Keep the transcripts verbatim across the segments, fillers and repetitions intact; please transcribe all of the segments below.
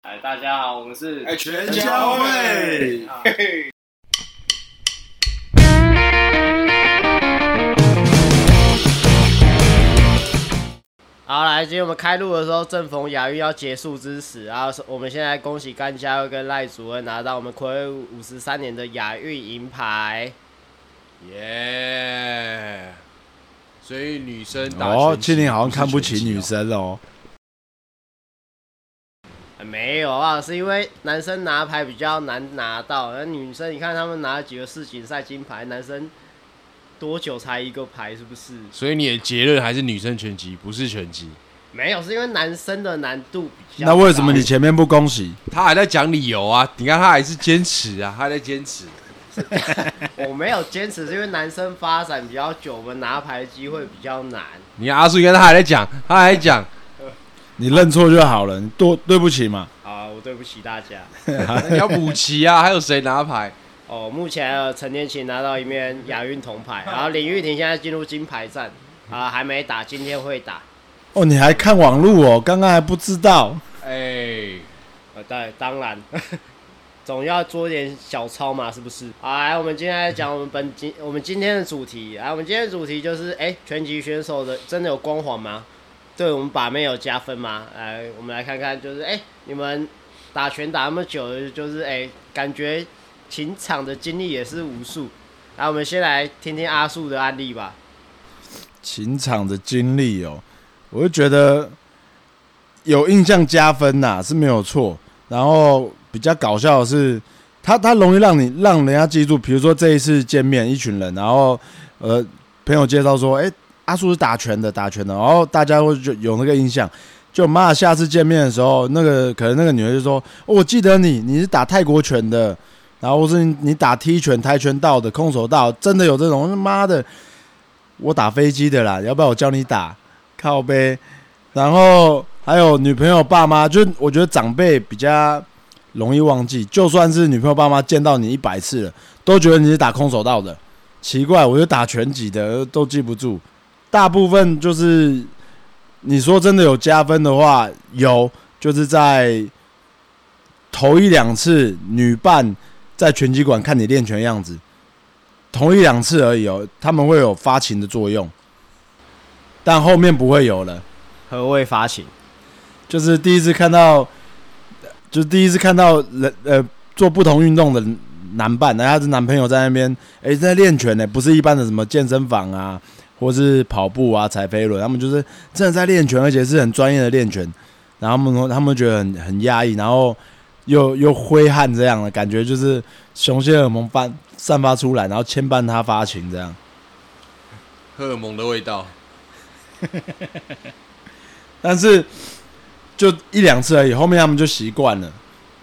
哎，大家好，我们是哎全教会。 好，来，今天我们开录的时候，正逢亚运要结束之时，然后我们现在恭喜甘家辉跟赖主任拿到我们暌违五十三年的亚运银牌， 耶！ Yeah 所以女生打哦，今年好像看不起女生哦。 没有啊，是因为男生拿牌比较难拿到，而女生你看他们拿了几个世锦赛金牌，男生多久才一个牌，是不是？ 所以你的结论还是女生拳击不是拳击？ 没有，是因为男生的难度比较高。 那为什么你前面不恭喜？ 他还在讲理由啊！你看他还是坚持啊，他还在坚持。 我没有坚持，是因为男生发展比较久，我们拿牌的机会比较难。 你看阿叔，你看他还在讲，他还在讲。 你认错就好了，你对对不起嘛。 好，我对不起大家。 你要补齐啊，还有谁拿牌？ 哦，目前还有陈念琴拿到一面亚运铜牌，然后林玉婷现在进入金牌战，啊，还没打，今天会打。 哦，你还看网路哦？刚刚还不知道。 哎、欸， 呃，对，当然，总要做点小操嘛，是不是？好，来，我们今天来讲我们本今我们今天的主题。来，我们今天的主题就是，哎、欸，拳击选手的真的有光环吗？对我们把妹有加分吗？来，我们来看看，就是哎、欸，你们打拳打那么久，就是哎、欸，感觉情场的经历也是无数。来，我们先来听听阿树的案例吧。 情场的经历哦，我就觉得有印象加分呐、啊、是没有错。然后比较搞笑的是，他他容易让你让人家记住，比如说这一次见面一群人，然后呃朋友介绍说，哎、欸。阿叔是打拳的，打拳的，然后大家会就有那个印象，就妈下次见面的时候，那个可能那个女的就说、哦：“我记得你，你是打泰国拳的，然后或是 你, 你打踢拳、跆拳道的、空手道，真的有这种？妈的，我打飞机的啦，要不要我教你打？靠背。”然后还有女朋友爸妈，就我觉得长辈比较容易忘记，就算是女朋友爸妈见到你一百次了，都觉得你是打空手道的。奇怪，我觉得打拳击的都记不住。大部分就是你说真的有加分的话，有就是在头一两次女伴在拳击馆看你练拳的样子，头一两次而已哦，他们会有发情的作用，但后面不会有了。 何谓发情？ 就是第一次看到，就是第一次看到人呃做不同运动的男伴，然后他是男朋友在那边哎、欸、在练拳呢，不是一般的什么健身房啊。或是跑步啊、踩飞轮，他们就是真的在练拳，而且是很专业的练拳。然后他们他们觉得很很压抑，然后又又挥汗这样的感觉，就是雄性荷尔蒙散散发出来，然后牵绊他发情这样。 荷尔蒙的味道。 但是就一两次而已，后面他们就习惯了。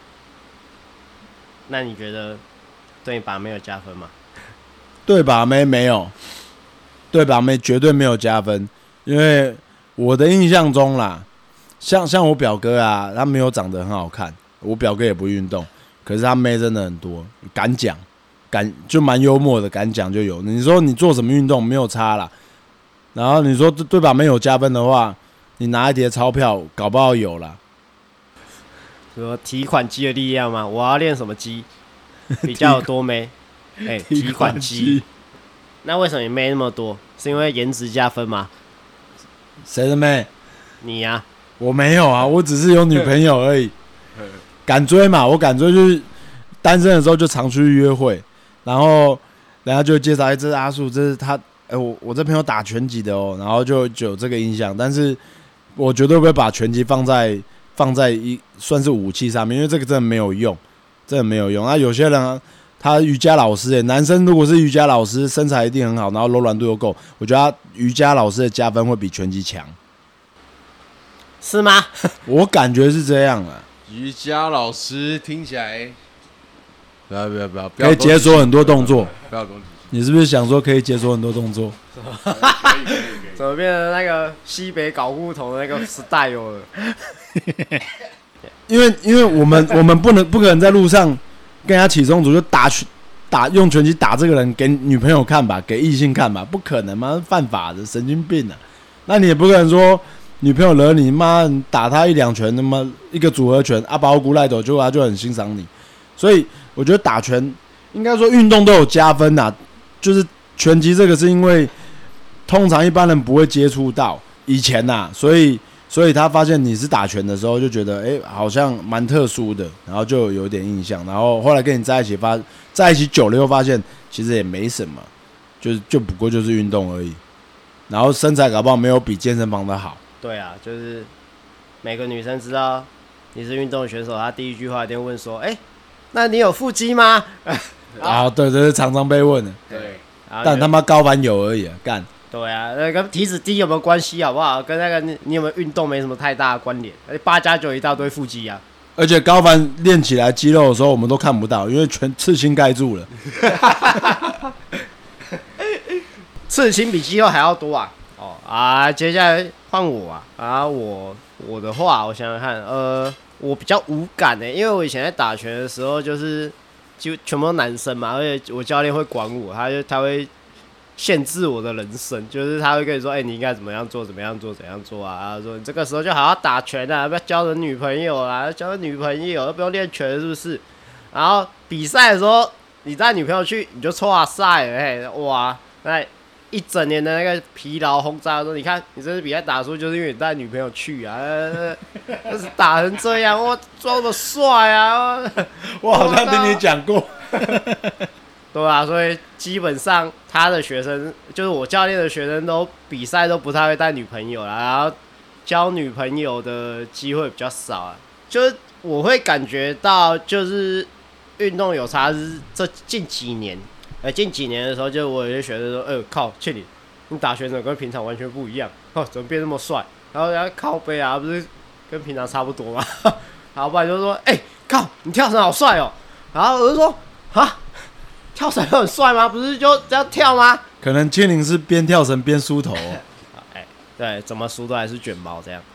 那你觉得对你把妹有加分吗？ 对把妹没有。对吧？没绝对没有加分，因为我的印象中啦，像像我表哥啊，他没有长得很好看，我表哥也不运动，可是他妹真的很多，敢讲，敢就蛮幽默的，敢讲就有。你说你做什么运动没有差啦，然后你说对吧？没有加分的话，你拿一叠钞票，搞不好有啦。 说提款机的力量吗？我要练什么机？比较有多妹？哎、欸，提款机。那为什么你妹那么多？是因为颜值加分吗？ 谁的妹？ 你呀、啊？ 我没有啊，我只是有女朋友而已。敢追嘛？我敢追，就是单身的时候就常出去约会，然后人家就介绍，哎、欸，这是阿树，这是他，哎、欸，我我这朋友打拳击的哦，然后就就有这个印象。但是我绝对不会把拳击放在放在一算是武器上面，因为这个真的没有用，真的没有用。那有些人、啊。他瑜伽老师、欸，男生如果是瑜伽老师，身材一定很好，然后柔软度又够，我觉得他瑜伽老师的加分会比拳击强， 是吗？ 我感觉是这样啊。 瑜伽老师听起来，不要不要不要，不要可以解锁很多动作， 不要攻击。 你是不是想说可以解锁很多动作？ 怎么变成那个西北搞不同的那个 style 了？ 因为因为我们我们不能不可能在路上。跟人家起冲突就打打用拳击打这个人给女朋友看吧，给异性看吧，不可能嘛，犯法的，神经病啊！那你也不可能说女朋友惹你，妈你打她一两拳，那么一个组合拳，阿包古赖斗，结果她就很欣赏你。所以我觉得打拳应该说运动都有加分呐，就是拳击这个是因为通常一般人不会接触到以前呐，所以所以他发现你是打拳的时候就觉得哎、欸、好像蛮特殊的，然后就有点印象，然后后来跟你在一起发在一起久了又发现其实也没什么，就是就不过就是运动而已，然后身材搞不好没有比健身房的好。 对啊，就是每个女生知道你是运动选手，她第一句话一定问说：“哎、欸，那你有腹肌吗？” 啊，对对对，常常被问的。 对， 但他妈高反有而已啊，干。 对啊，那跟体脂低有没有关系好不好？跟那个你你有没有运动没什么太大的关联。八加九一大堆腹肌啊。 而且高反练起来肌肉的时候，我们都看不到，因为全刺青盖住了。 刺青比肌肉还要多啊！哦啊，接下来换我啊啊，我我的话，我想想看，呃，我比较无感的、欸，因为我以前在打拳的时候，就是就全部都男生嘛，而且我教练会管我，他就他会限制我的人生，就是他会跟你说，哎、欸，你应该怎么样做，怎么样做，怎样做啊？他说你这个时候就好好打拳啊，不要交人女朋友啊，交女朋友又不用练拳，是不是？然后比赛的时候，你带女朋友去，你就错赛了，哎，哇，那。一整年的那个疲劳轰炸，说你看你这次比赛打输，就是因为你带女朋友去啊，那是打成这样，哇，这么帅啊！ 我好像听你讲过， 对啊，所以基本上他的学生，就是我教练的学生，都比赛都不太会带女朋友啦，然后交女朋友的机会比较少啊。就是我会感觉到，就是运动有差是这近几年。哎、欸，近几年的时候，就我有些学生说：“哎、欸，靠，倩你，你打拳怎么跟平常完全不一样？哦，怎么变那么帅？”然后人家靠背啊，不是跟平常差不多吗？然后不然就说：“哎、欸，靠，你跳绳好帅哦！”然后我就说：“啊，跳绳很帅吗？不是就这样跳吗？” 可能倩玲是边跳绳边梳头、哦。 哎、欸，对，怎么梳都还是卷毛这样。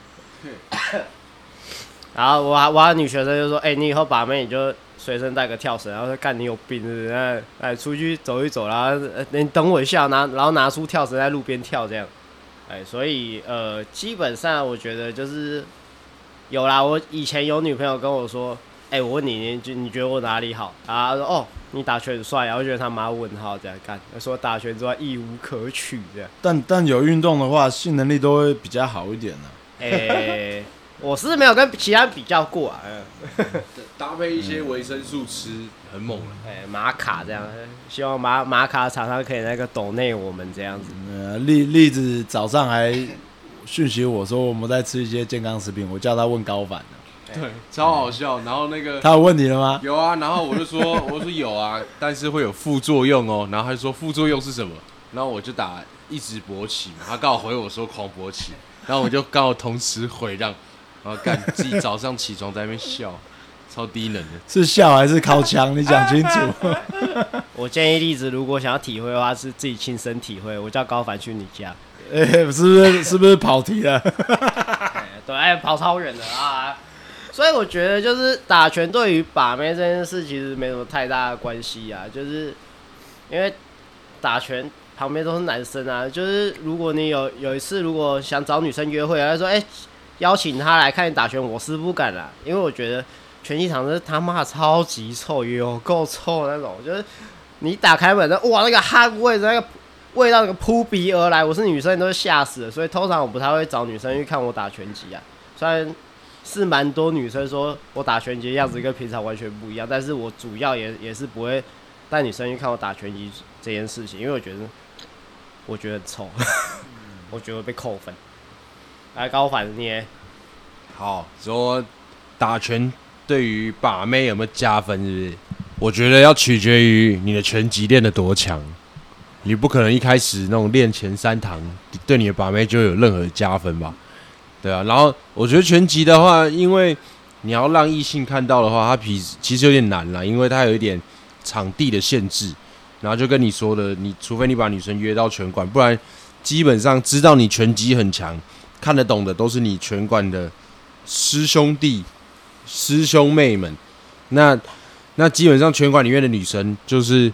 然后我我女学生就说：“哎、欸，你以后把妹你就。”随身带个跳绳，然后说干你有病是不是？哎，哎，出去走一走，然后你等我一下，拿然后拿出跳绳在路边跳这样，哎，所以呃，基本上我觉得就是有啦。我以前有女朋友跟我说，哎，我问你，你你觉得我哪里好？啊，她说哦，你打拳很帅，然后觉得他妈问号这样干，说打拳之外一无可取这样。 但但有运动的话，性能力都会比较好一点呢、 啊。哎。我是没有跟其他人比较过啊， 搭配一些维生素吃很猛了。 哎、欸，玛卡这样，希望玛玛卡厂商可以那个抖内我们这样子。 呃，栗栗子早上还讯息我说我们在吃一些健康食品，我叫他问高反对，超好笑。然后那个他有问你了吗？ 有啊，然后我就说我说有啊，但是会有副作用哦。然后他就说副作用是什么？然后我就打一直勃起嘛，他刚好回我说狂勃起，然后我就刚好同时回让。然后干自己早上起床在那边笑，超低能的。 是笑还是靠枪？你讲清楚。 我建议栗子如果想要体会的话，是自己亲身体会。我叫高凡去你家。 哎、欸，是不是是不是跑题了？ 欸、对，哎、欸，跑超远的啊。所以我觉得就是打拳对于把妹这件事其实没什么太大的关系啊，就是因为打拳旁边都是男生啊，就是如果你有有一次如果想找女生约会，他说哎。欸邀请他来看你打拳，我是不敢啦，因为我觉得拳击场是他妈超级臭，有够臭的那种，就是你打开门的，哇，那个汗味，那个味道，那个扑鼻而来，我是女生都是吓死了，所以通常我不太会找女生去看我打拳击啊。虽然是蛮多女生说我打拳击的样子跟平常完全不一样，但是我主要也也是不会带女生去看我打拳击这件事情，因为我觉得我觉得很臭，我觉得会被扣分。来高反你耶， 好说打拳对于把妹有没有加分？是不是？我觉得要取决于你的拳击练得多强。你不可能一开始那种练前三堂对你的把妹就有任何加分吧？对啊。然后我觉得拳击的话，因为你要让异性看到的话，它其实有点难啦，因为它有一点场地的限制。然后就跟你说的，你除非你把女生约到拳馆，不然基本上知道你拳击很强。看得懂的都是你拳馆的师兄弟、师兄妹们，那那基本上拳馆里面的女生就是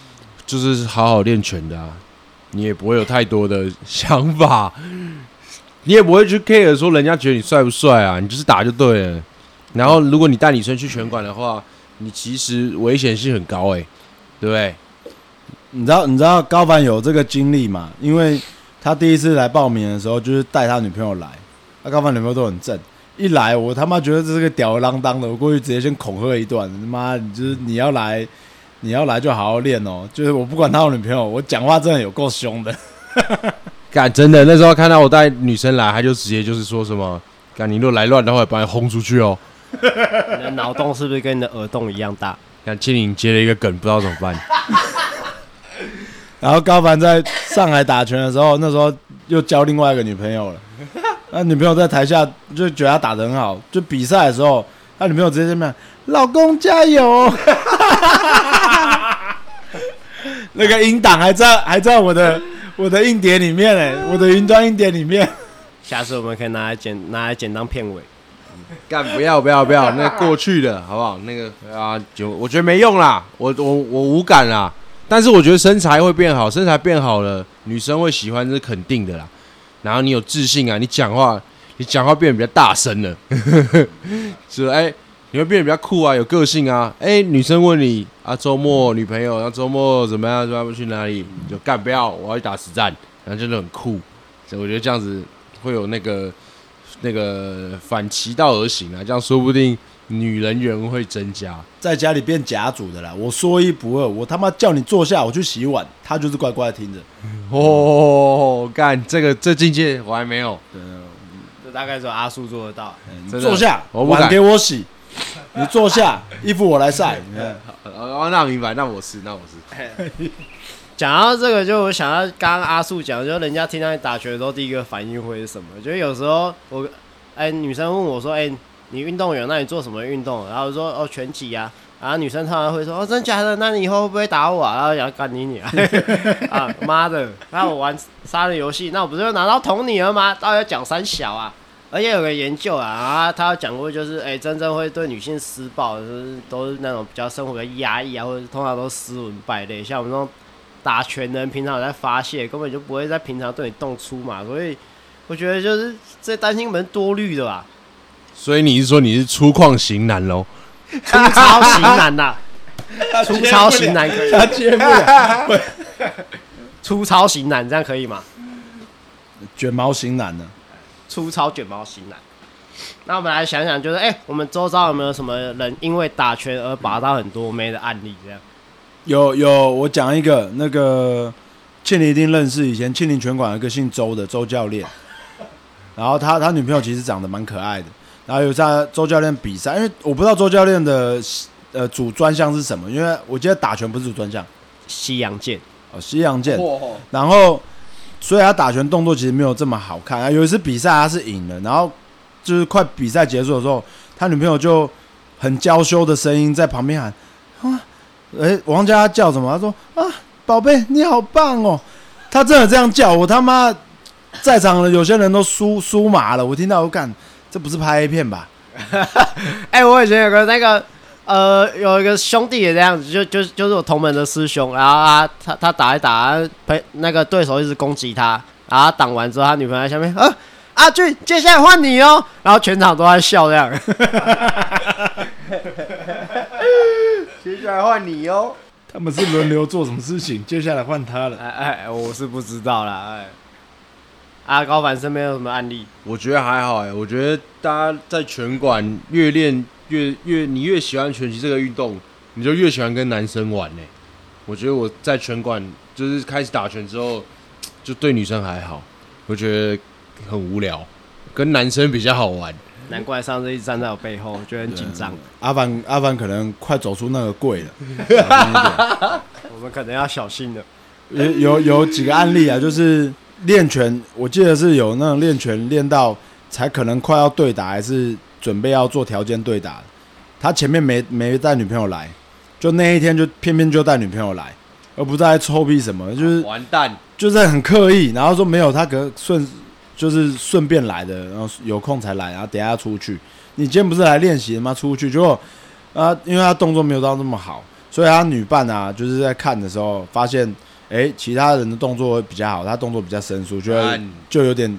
就是好好练拳的啊，你也不会有太多的想法， 你也不会去 care 说人家觉得你帅不帅啊，你就是打就对了。然后如果你带女生去拳馆的话，你其实危险性很高哎、欸，对不对？ 你知道你知道高凡有这个经历吗？因为他第一次来报名的时候，就是带他女朋友来，他高凡女朋友都很正。一来我他妈觉得这是个吊儿郎当的，我过去直接先恐吓一段，他妈你就是你要来，你要来就好好练哦。就是我不管他有女朋友，我讲话真的有够凶的。 干真的，那时候看到我带女生来，他就直接就是说什么，干你如果来乱的话，把你轰出去哦。 你的脑洞是不是跟你的耳洞一样大？ 干庆玲接了一个梗，不知道怎么办。 然后高凡在上海打拳的时候，那时候又交另外一个女朋友了。那女朋友在台下就觉得他打得很好，就比赛的时候，他女朋友直接这么样，老公加油！那个音档还在还在我的我的硬碟里面哎，我的云端硬碟里面。 下次我们可以拿来剪拿来剪当片尾。 干不要不要不要，那过去的好不好？那个啊，就我觉得没用啦，我我我无感啦。但是我觉得身材会变好，身材变好了，女生会喜欢，这是肯定的啦。然后你有自信啊，你讲话你讲话变得比较大声了，是哎、欸，你会变得比较酷啊，有个性啊。哎、欸，女生问你啊，周末女朋友，然后周末怎么样？怎么样去哪里？你就干不要，我要去打实战，然后真的很酷。所以我觉得这样子会有那个那个反其道而行啊，这样说不定女人缘会增加。 在家里变假主的啦，我说一不二，我他妈叫你坐下，我去洗碗，他就是乖乖的听着。 哦，干这个这境界我还没有。 这大概只有阿叔做得到。 你坐下， 我不敢碗给我洗。你坐下，衣服我来晒。 哦，那明白，那我是，那我是。 讲到这个，就我想到刚刚阿树讲，就人家听到你打拳的时候，第一个反应会是什么？就有时候我，哎、欸，女生问我说，哎、欸，你运动员，那你做什么运动？然后我说，哦，拳击啊。然后女生通常会说，哦，真假的？那你以后会不会打我啊？然后想干你你啊，啊妈的！那我玩杀人游戏，那我不是就拿到捅你了吗？到底要讲三小啊？而且有个研究啊，然后他有讲过，就是哎、欸，真正会对女性施暴，就是都是那种比较生活比较压抑啊，或者通常都斯文败类，像我们这种打拳的人，平常有在发泄，根本就不会在平常对你动粗嘛，所以我觉得就是这担心门多虑的吧。 所以你是说你是粗犷型男喽？ 粗糙型男呐、啊，粗糙型男可以， 他接不了。 粗糙型男这样可以吗？ 卷毛型男呢？ 粗糙卷毛型男。那我们来想想，就是哎、欸，我们周遭有没有什么人因为打拳而拔到很多妹的案例？这样有有，我讲一个，那个庆林一定认识，以前庆林拳馆有一个姓周的周教练，然后他他女朋友其实长得蛮可爱的。然后有在周教练比赛，因为我不知道周教练的呃主专项是什么，因为我记得打拳不是主专项， 西洋剑哦，西洋剑。然后所以他打拳动作其实没有这么好看。有一次比赛他是赢了，然后就是快比赛结束的时候，他女朋友就很娇羞的声音在旁边喊啊，哎，我忘记他叫什么，他说啊，宝贝你好棒哦，他真的这样叫，我他妈在场的有些人都酥酥麻了，我听到我干。这不是拍 A 片吧？ 哎、欸，我以前有个那个呃，有一个兄弟也这样子，就就就是我同门的师兄，然后啊，他他打一打，陪那个对手一直攻击他，然后他挡完之后，他女朋友在下面，啊，阿俊，接下来换你哦，然后全场都在笑这样。 接下来换你哦。 他们是轮流做什么事情？接下来换他了。 哎哎，我是不知道啦，哎。啊，高凡身边有什么案例？ 我觉得还好哎、欸，我觉得大家在拳馆越练越越，你越喜欢拳击这个运动，你就越喜欢跟男生玩哎、欸。我觉得我在拳馆就是开始打拳之后，就对女生还好，我觉得很无聊，跟男生比较好玩。 难怪上次一直站在我背后，觉得很紧张。 阿凡阿凡可能快走出那个柜了，小心一点。 我们可能要小心了。 有有有几个案例啊，就是练拳，我记得是有那种练拳练到才可能快要对打，还是准备要做条件对打的。他前面没没带女朋友来，就那一天就偏偏就带女朋友来，而不是在臭屁什么，就是完蛋， 就是很刻意，然后说没有他可顺就是顺便来的，然后有空才来，然后等一下出去。你今天不是来练习的吗？出去结果啊，因为他动作没有到那么好，所以他女伴啊，就是在看的时候发现，哎、欸，其他人的动作比较好，他动作比较生疏，就会就有点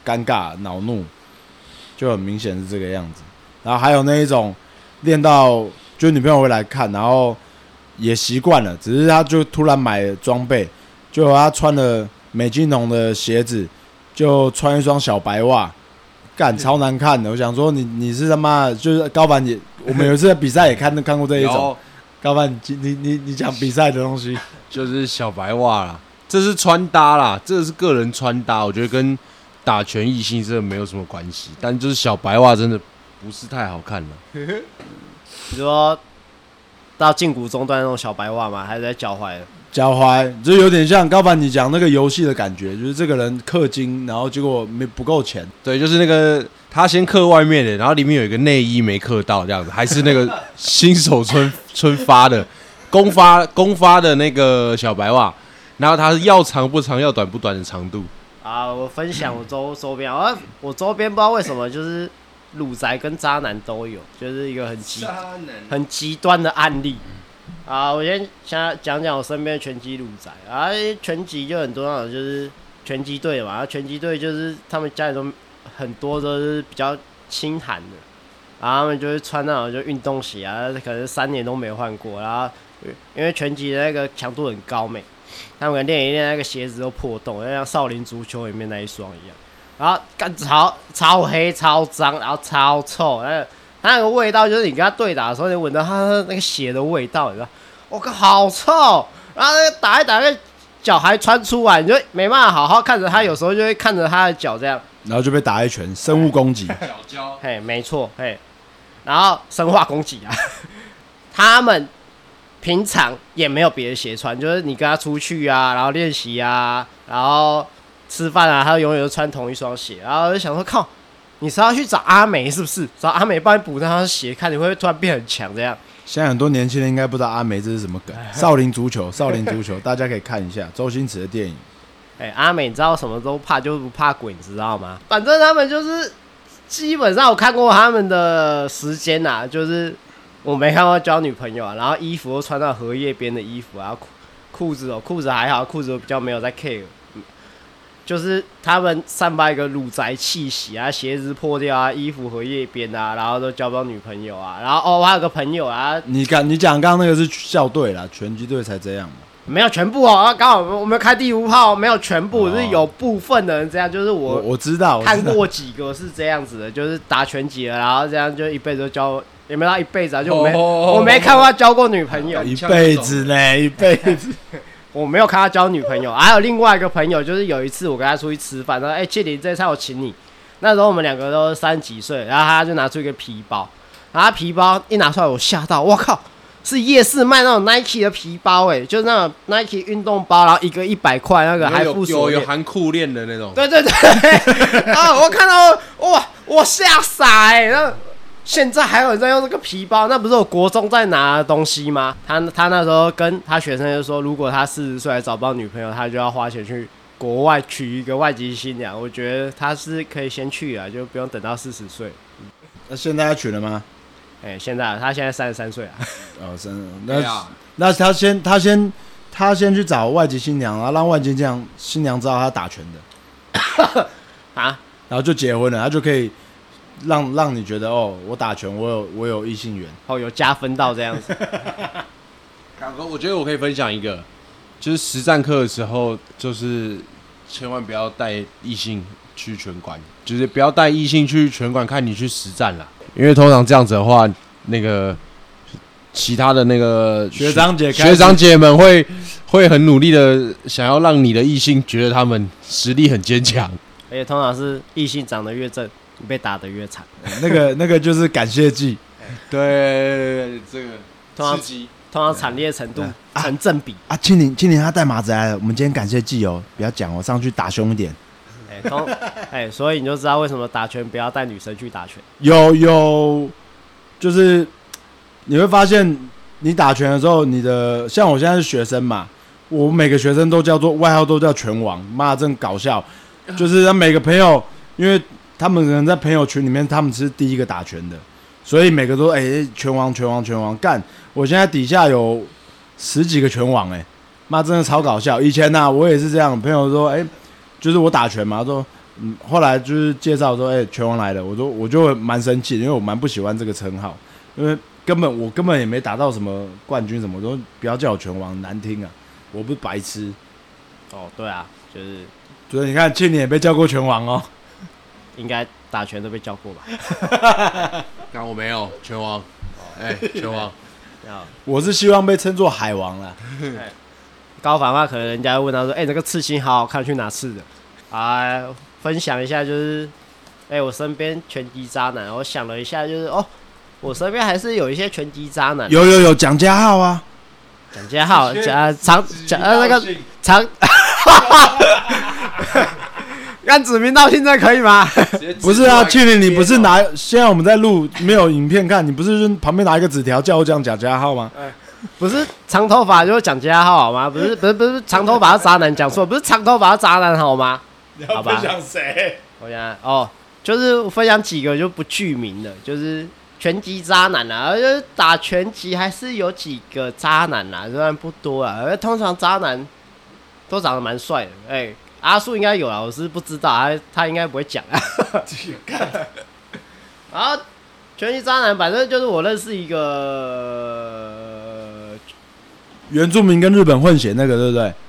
尴尬恼怒，就很明显是这个样子。然后还有那一种练到就女朋友会来看，然后也习惯了，只是他就突然买了装备，就他穿了美津浓的鞋子，就穿一双小白袜。干超难看的，我想说你你是他妈就是高凡也，我们有一次在比赛也看看过这一种。高凡，你你你你讲比赛的东西， 就是小白袜啦，这是穿搭啦，这是个人穿搭，我觉得跟打拳异性这没有什么关系，但就是小白袜真的不是太好看了。 你说到胫骨中段那种小白袜吗？还是在脚踝的？ 脚踝就有点像高凡你讲那个游戏的感觉，就是这个人氪金，然后结果没不够钱。 对，就是那个他先氪外面的，然后里面有一个内衣没氪到，这样子，还是那个新手村村发的公发公发的那个小白袜，然后它是要长不长，要短不短的长度。 啊，我分享我周周边，我我周边不知道为什么就是鲁宅跟渣男都有，就是一个很极很极端的案例。啊，我先先讲讲我身边的拳击鲁宅啊，拳击就很多那种就是拳击队嘛，拳击队就是他们家里都很多都是比较清寒的，然后他们就会穿那种就运动鞋啊，可能三年都没换过，然后因为拳击的那个强度很高美，他们可能练一练那个鞋子都破洞，就像少林足球里面那一双一样，然后干超超黑超脏，然后超臭，那个它那个味道就是你跟他对打的时候，你闻到他那个血的味道，你知道？我靠，好臭！然后那个打一打，那个脚还穿出来，你就没办法好好看着他，有时候就会看着他的脚这样， 然后就被打一拳，生物攻击。 脚胶， 嘿，没错，嘿，然后生化攻击啊，他们平常也没有别的鞋穿，就是你跟他出去啊，然后练习啊，然后吃饭啊，他永远都穿同一双鞋，然后我就想说，靠。你是要去找阿美是不是？找阿美帮你补那双鞋，看你会不会突然变很强这样。 现在很多年轻人应该不知道阿美这是什么梗，少林足球，少林足球，大家可以看一下周星驰的电影。 哎、欸，阿美，你知道什么都怕，就是不怕鬼，你知道吗？反正他们就是基本上我看过他们的时间呐、啊，就是我没看过交女朋友啊，然后衣服都穿到荷叶边的衣服啊，裤子哦，裤子还好，裤子比较没有在 care。就是他们散发一个鲁宅气息啊，鞋子破掉啊，衣服荷叶边啊，然后都交不到女朋友啊，然后哦，我还有个朋友啊， 你讲你讲刚刚那个是校队啦，拳击队才这样嘛， 没有全部哦，刚好我们开第五炮，没有全部，哦、是有部分的人这样，就是我我我知道看过几个是这样子的，就是打拳击了，然后这样就一辈子都交，也没到一辈子啊，就我没、哦、我没看过他交过女朋友， 一辈子呢，一辈子。 我没有看他交女朋友，还有另外一个朋友，就是有一次我跟他出去吃饭，然后哎，庆林这一餐我请你。那时候我们两个都三十几岁，然后他就拿出一个皮包，然后他皮包一拿出来，我吓到，我靠，是夜市卖那种 Nike 的皮包、欸，哎，就是那种 Nike 运动包，然后一个一百块，那个还附锁有有含裤链的那种。 对对对，啊，我看到哇，我吓傻哎、欸，那。现在还有人在用这个皮包，那不是我国中在拿的东西吗？他他那时候跟他学生就说，如果他四十岁还找不到女朋友，他就要花钱去国外娶一个外籍新娘。我觉得他是可以先去啊，就不用等到四十岁。 那现在他娶了吗？ 哎、欸，现在他现在三十三岁啊。 哦，真的，那那他先他先他先去找外籍新娘，然后让外籍这样新娘知道他打拳的啊， 然后就结婚了，他就可以。让让你觉得哦，我打拳，我有我有异性缘， 哦，有加分到这样子。 我觉得我可以分享一个，就是实战课的时候，就是千万不要带异性去拳馆，就是不要带异性去拳馆看你去实战啦，因为通常这样子的话，那个其他的那个学长姐学长姐们会会很努力的想要让你的异性觉得他们实力很坚强， 而且通常是异性长得越正。你被打得越惨， 那个那个就是感谢祭， 对，这个刺激， 通常惨烈程度成正比啊。青林青林他带马子来了，我们今天感谢祭哦，不要讲哦，上去打凶一点。 哎、欸，通哎、欸，所以你就知道为什么打拳不要带女生去打拳。 有有，就是你会发现，你打拳的时候，你的像我现在是学生嘛，我每个学生都叫做外号都叫拳王，妈真搞笑，就是让每个朋友因为。他们可能在朋友群里面，他们是第一个打拳的，所以每个都哎、欸、拳王拳王拳王干！我现在底下有十几个拳王哎、欸，妈真的超搞笑。以前呢、啊，我也是这样，朋友说哎、欸，就是我打拳嘛，他说嗯，后来就是介绍说，哎、欸，拳王来了，我都我就蛮生气，因为我蛮不喜欢这个称号，因为根本我根本也没打到什么冠军什么，我都不要叫我拳王，难听啊，我不是白痴。 哦，对啊，就是， 所以你看去年也被叫过拳王哦， 应该打拳都被叫过吧？ 但我没有拳王，哎、欸，拳王， 我是希望被称作海王啦。 高反的话，可能人家会问他说：“哎、欸，那个刺青好好看，去哪刺的？”啊，分享一下就是，哎、欸，我身边拳击渣男，我想了一下，就是哦，我身边还是有一些拳击渣男。 有有有，蒋家浩啊， 蒋家浩，蒋长蒋呃那个长，按指名道姓这可以吗？ 不是啊，去年你不是拿，现在我们在录，没有影片看，你不是旁边拿一个纸条叫我讲蒋家浩吗？ 欸不是长头发就是蒋家浩好吗？不是不是不是长头发是渣男，讲错，不是长头发是渣男好吗？ 你要分享谁？ 我想哦，就是我分享几个就不具名的，就是拳击渣男啊，就是打拳击还是有几个渣男啊，虽然不多啊，而通常渣男都长得蛮帅的。哎、欸，阿树应该有啊，我是不知道，他他应该不会讲啊。然后拳击渣男，反正就是我认识一个。 原住民跟日本混血那个，对不对？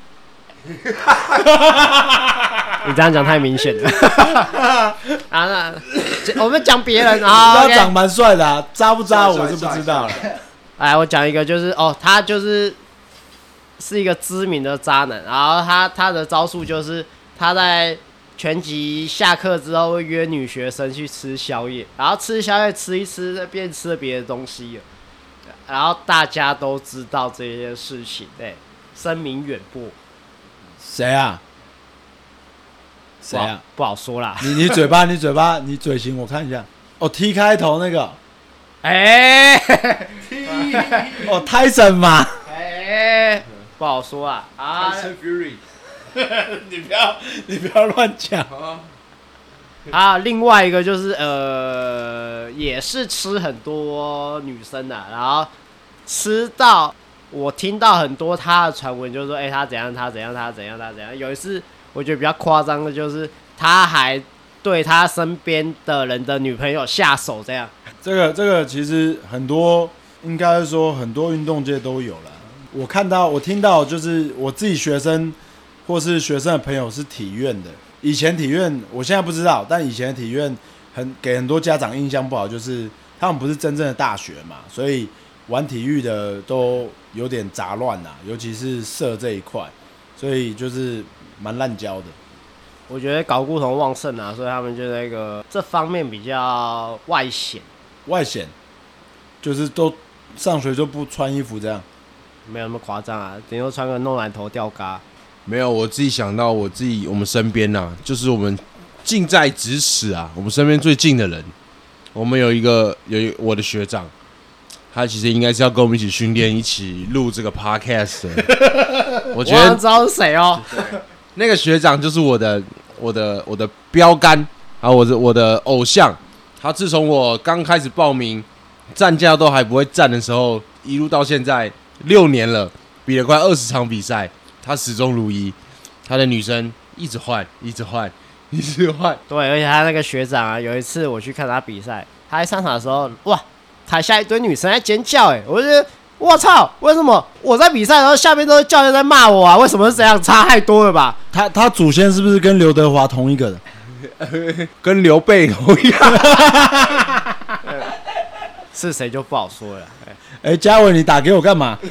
你这样讲太明显了。啊，那我们讲别人啊， 他长蛮帅的啊，渣不渣我是不知道了。 来，我讲一个，就是哦，他就是是一个知名的渣男，然后他他的招数就是他在拳击下课之后会约女学生去吃宵夜，然后吃宵夜吃一吃，便吃了别的东西了。然后大家都知道这件事情，对，声名远播。 谁啊？谁啊？ 不好说啦。 你你嘴巴，你嘴巴，你嘴型，我看一下。哦 ，T 开头那个。 哎、欸、 ，T 哦 ，Tyson 嘛。 哎、欸，不好说啊。啊 ，Tyson Fury 你不要，你不要乱讲。 啊，另外一个就是呃，也是吃很多女生的，然后吃到我听到很多他的传闻，就是说，哎、欸，他怎样，他怎样，他怎样，他怎样。有一次我觉得比较夸张的就是，他还对他身边的人的女朋友下手，这样。 这个这个其实很多，应该说很多运动界都有了。我看到，我听到，就是我自己学生或是学生的朋友是体院的。以前体院，我现在不知道，但以前体院很给很多家长印象不好，就是他们不是真正的大学嘛，所以玩体育的都有点杂乱啦，尤其是射这一块，所以就是蛮滥交的。 我觉得睾固酮旺盛啊，所以他们就那个这方面比较外显。 外显，就是都上学就不穿衣服这样， 没有那么夸张啊，顶多穿个弄奶头吊嘎。 没有，我自己想到我自己，我们身边呐、啊，就是我们近在咫尺啊，我们身边最近的人，我们有一个有一我的学长，他其实应该是要跟我们一起训练，一起录这个 podcast 的。我觉得我知道是谁哦， 那个学长就是我的我的我的标杆，然后我的我的偶像。他自从我刚开始报名站架都还不会站的时候，一路到现在六年了，比了快二十场比赛。他始终如一，他的女生一直换，一直换，一直换。 对，而且他那个学长啊，有一次我去看他比赛，他在上场的时候，哇，台下一堆女生在尖叫，哎，我就觉得，我操，为什么我在比赛，然后下面都是教练在骂我啊？为什么是这样？差太多了吧？ 他他祖先是不是跟刘德华同一个的？ 跟刘备同一样。 是谁就不好说了。 哎、欸，嘉伟，你打给我干嘛？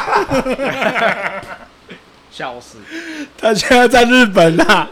笑死！ 他现在在日本啦。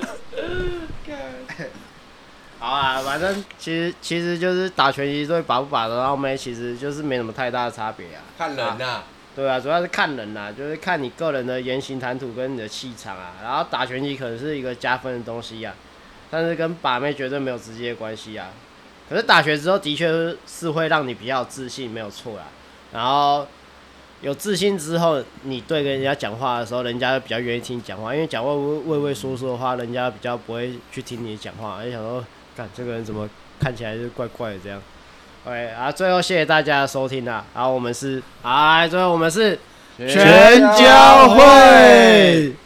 好啊，反正其实其实就是打拳击对把不把得到妹，其实就是没什么太大的差别啊。 看人呐、啊， 对啊，主要是看人呐、啊，就是看你个人的言行谈吐跟你的气场啊。然后打拳击可能是一个加分的东西啊，但是跟把妹绝对没有直接的关系啊。可是打拳之后的确是会让你比较有自信，没有错啦。然后有自信之后，你对跟人家讲话的时候，人家比较愿意听你讲话，因为讲话畏畏缩缩的话，人家比较不会去听你讲话，就想说，干这个人怎么看起来就怪怪的这样。OK 啊，最后谢谢大家的收听啊，然后我们是，哎，最后我们是全交会。